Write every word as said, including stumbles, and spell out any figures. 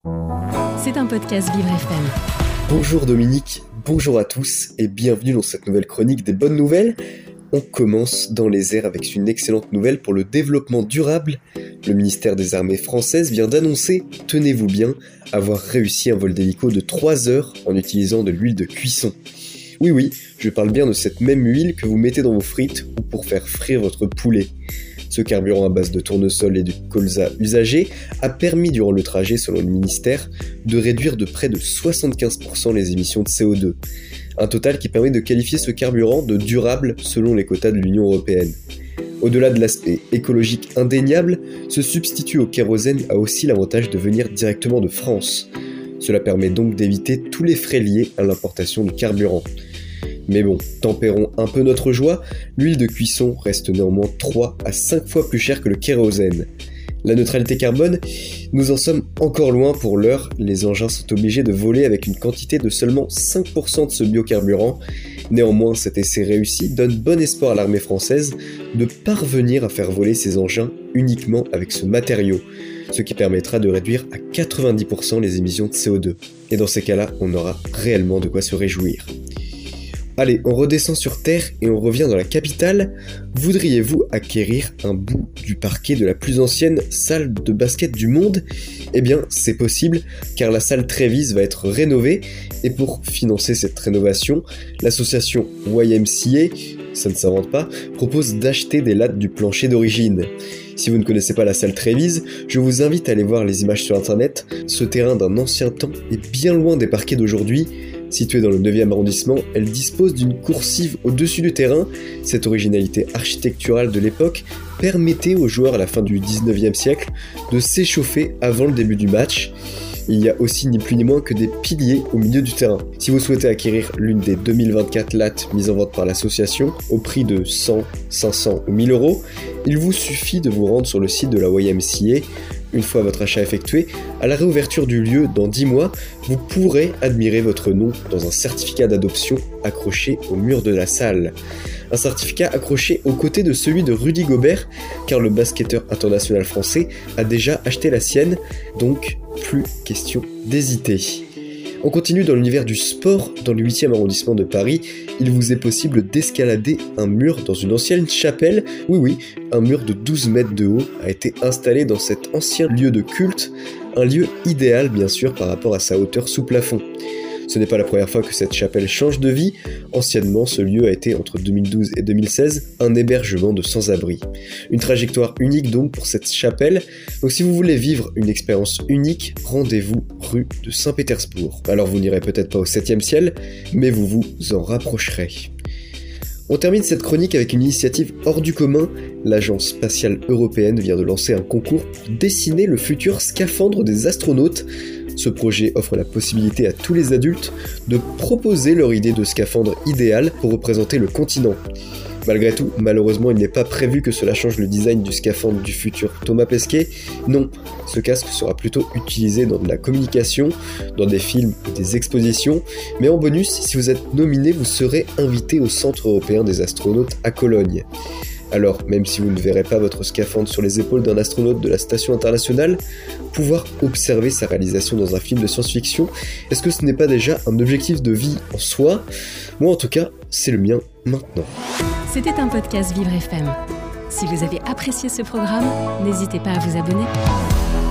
C'est un podcast Vivre F M. Bonjour Dominique, bonjour à tous et bienvenue dans cette nouvelle chronique des bonnes nouvelles. On commence dans les airs avec une excellente nouvelle pour le développement durable. Le ministère des Armées françaises vient d'annoncer, tenez-vous bien, avoir réussi un vol d'hélico de trois heures en utilisant de l'huile de cuisson. Oui oui, je parle bien de cette même huile que vous mettez dans vos frites ou pour faire frire votre poulet. Ce carburant à base de tournesol et de colza usagé a permis durant le trajet, selon le ministère, de réduire de près de soixante-quinze pour cent les émissions de C O deux. Un total qui permet de qualifier ce carburant de durable selon les quotas de l'Union européenne. Au-delà de l'aspect écologique indéniable, ce substitut au kérosène a aussi l'avantage de venir directement de France. Cela permet donc d'éviter tous les frais liés à l'importation du carburant. Mais bon, tempérons un peu notre joie, l'huile de cuisson reste néanmoins trois à cinq fois plus chère que le kérosène. La neutralité carbone, nous en sommes encore loin pour l'heure, les engins sont obligés de voler avec une quantité de seulement cinq pour cent de ce biocarburant. Néanmoins, cet essai réussi donne bon espoir à l'armée française de parvenir à faire voler ces engins uniquement avec ce matériau, ce qui permettra de réduire à quatre-vingt-dix pour cent les émissions de C O deux. Et dans ces cas-là, on aura réellement de quoi se réjouir. Allez, on redescend sur Terre et on revient dans la capitale. Voudriez-vous acquérir un bout du parquet de la plus ancienne salle de basket du monde ? Eh bien, c'est possible, car la salle Trévise va être rénovée, et pour financer cette rénovation, l'association Y M C A, ça ne s'invente pas, propose d'acheter des lattes du plancher d'origine. Si vous ne connaissez pas la salle Trévise, je vous invite à aller voir les images sur internet. Ce terrain d'un ancien temps est bien loin des parquets d'aujourd'hui. Située dans le neuvième arrondissement, elle dispose d'une coursive au-dessus du terrain. Cette originalité architecturale de l'époque permettait aux joueurs à la fin du dix-neuvième siècle de s'échauffer avant le début du match. Il y a aussi ni plus ni moins que des piliers au milieu du terrain. Si vous souhaitez acquérir l'une des deux mille vingt-quatre lattes mises en vente par l'association, au prix de cent, cinq cents ou mille euros, il vous suffit de vous rendre sur le site de la Y M C A. Une fois votre achat effectué, à la réouverture du lieu dans dix mois, vous pourrez admirer votre nom dans un certificat d'adoption accroché au mur de la salle. Un certificat accroché aux côtés de celui de Rudy Gobert, car le basketteur international français a déjà acheté la sienne, donc plus question d'hésiter. On continue dans l'univers du sport. Dans le huitième arrondissement de Paris, il vous est possible d'escalader un mur dans une ancienne chapelle. Oui oui, un mur de douze mètres de haut a été installé dans cet ancien lieu de culte, un lieu idéal bien sûr par rapport à sa hauteur sous plafond. Ce n'est pas la première fois que cette chapelle change de vie. Anciennement, ce lieu a été, entre deux mille douze et deux mille seize, un hébergement de sans-abri. Une trajectoire unique donc pour cette chapelle. Donc si vous voulez vivre une expérience unique, rendez-vous rue de Saint-Pétersbourg. Alors vous n'irez peut-être pas au septième ciel, mais vous vous en rapprocherez. On termine cette chronique avec une initiative hors du commun. L'Agence spatiale européenne vient de lancer un concours pour dessiner le futur scaphandre des astronautes. Ce projet offre la possibilité à tous les adultes de proposer leur idée de scaphandre idéal pour représenter le continent. Malgré tout, malheureusement, il n'est pas prévu que cela change le design du scaphandre du futur Thomas Pesquet. Non, ce casque sera plutôt utilisé dans de la communication, dans des films ou des expositions, mais en bonus, si vous êtes nominé, vous serez invité au Centre européen des astronautes à Cologne. Alors, même si vous ne verrez pas votre scaphandre sur les épaules d'un astronaute de la station internationale, pouvoir observer sa réalisation dans un film de science-fiction, est-ce que ce n'est pas déjà un objectif de vie en soi ? Moi en tout cas, c'est le mien maintenant. C'était un podcast Vivre F M. Si vous avez apprécié ce programme, n'hésitez pas à vous abonner.